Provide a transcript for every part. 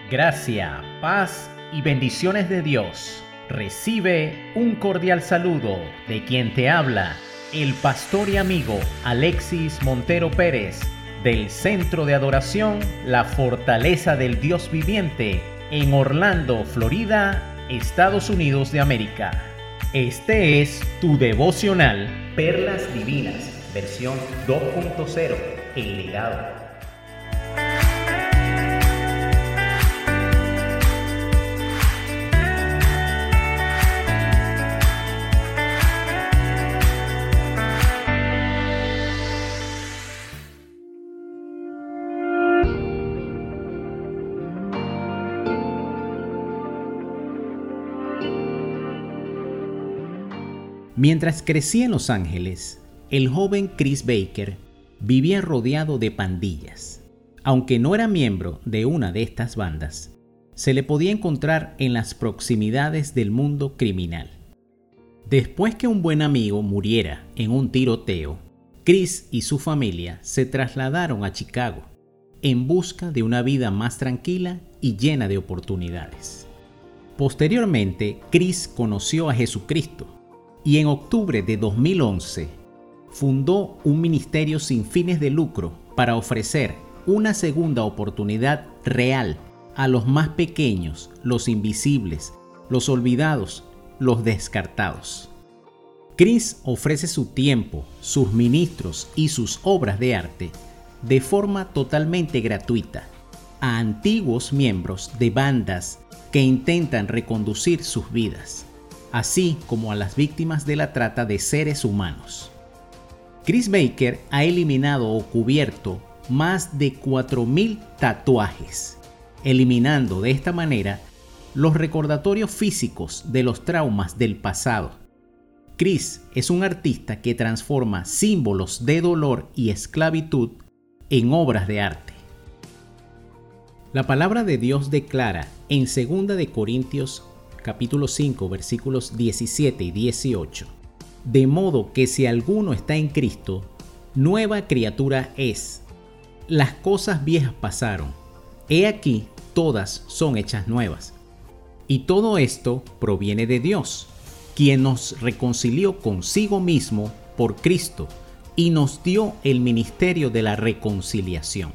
Gracia, paz y bendiciones de Dios. Recibe un cordial saludo de quien te habla, el pastor y amigo Alexis Montero Pérez, del Centro de Adoración La Fortaleza del Dios Viviente, en Orlando, Florida, Estados Unidos de América. Este es tu devocional Perlas Divinas, versión 2.0, El Legado. Mientras crecía en Los Ángeles, el joven Chris Baker vivía rodeado de pandillas. Aunque no era miembro de una de estas bandas, se le podía encontrar en las proximidades del mundo criminal. Después que un buen amigo muriera en un tiroteo, Chris y su familia se trasladaron a Chicago en busca de una vida más tranquila y llena de oportunidades. Posteriormente, Chris conoció a Jesucristo y en octubre de 2011 fundó un ministerio sin fines de lucro para ofrecer una segunda oportunidad real a los más pequeños, los invisibles, los olvidados, los descartados. Chris ofrece su tiempo, sus ministros y sus obras de arte de forma totalmente gratuita a antiguos miembros de bandas que intentan reconducir sus vidas, así como a las víctimas de la trata de seres humanos. Chris Baker ha eliminado o cubierto más de 4,000 tatuajes, eliminando de esta manera los recordatorios físicos de los traumas del pasado. Chris es un artista que transforma símbolos de dolor y esclavitud en obras de arte. La palabra de Dios declara en 2 de Corintios capítulo 5, versículos 17 y 18. De modo que si alguno está en Cristo, nueva criatura es. Las cosas viejas pasaron. He aquí, todas son hechas nuevas. Y todo esto proviene de Dios, quien nos reconcilió consigo mismo por Cristo y nos dio el ministerio de la reconciliación.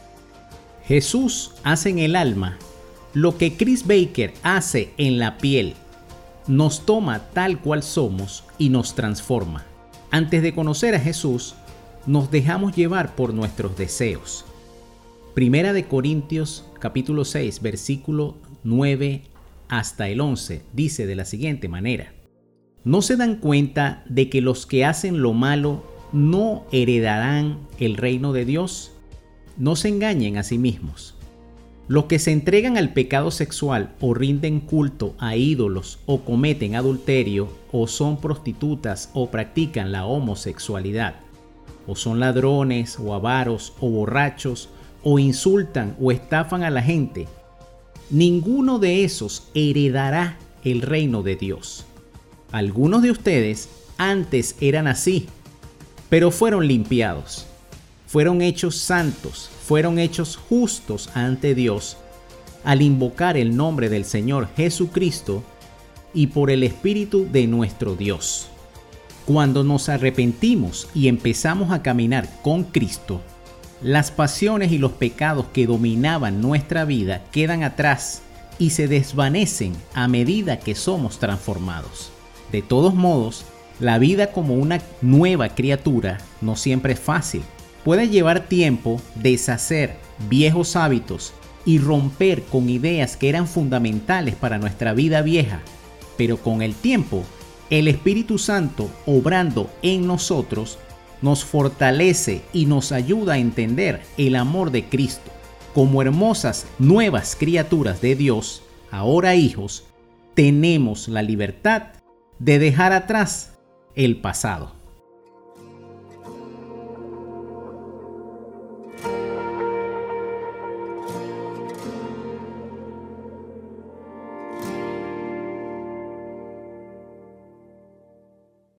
Jesús hace en el alma lo que Chris Baker hace en la piel. Nos toma tal cual somos y nos transforma. Antes de conocer a Jesús, nos dejamos llevar por nuestros deseos. 1 de Corintios capítulo 6, versículo 9 hasta el 11, dice de la siguiente manera: ¿No se dan cuenta de que los que hacen lo malo no heredarán el reino de Dios? No se engañen a sí mismos. Los que se entregan al pecado sexual o rinden culto a ídolos o cometen adulterio o son prostitutas o practican la homosexualidad o son ladrones o avaros o borrachos o insultan o estafan a la gente, ninguno de esos heredará el reino de Dios. Algunos de ustedes antes eran así, pero fueron limpiados. Fueron hechos santos, fueron hechos justos ante Dios al invocar el nombre del Señor Jesucristo y por el Espíritu de nuestro Dios. Cuando nos arrepentimos y empezamos a caminar con Cristo, las pasiones y los pecados que dominaban nuestra vida quedan atrás y se desvanecen a medida que somos transformados. De todos modos, la vida como una nueva criatura no siempre es fácil. Puede llevar tiempo deshacer viejos hábitos y romper con ideas que eran fundamentales para nuestra vida vieja, pero con el tiempo, el Espíritu Santo, obrando en nosotros, nos fortalece y nos ayuda a entender el amor de Cristo. Como hermosas nuevas criaturas de Dios, ahora hijos, tenemos la libertad de dejar atrás el pasado.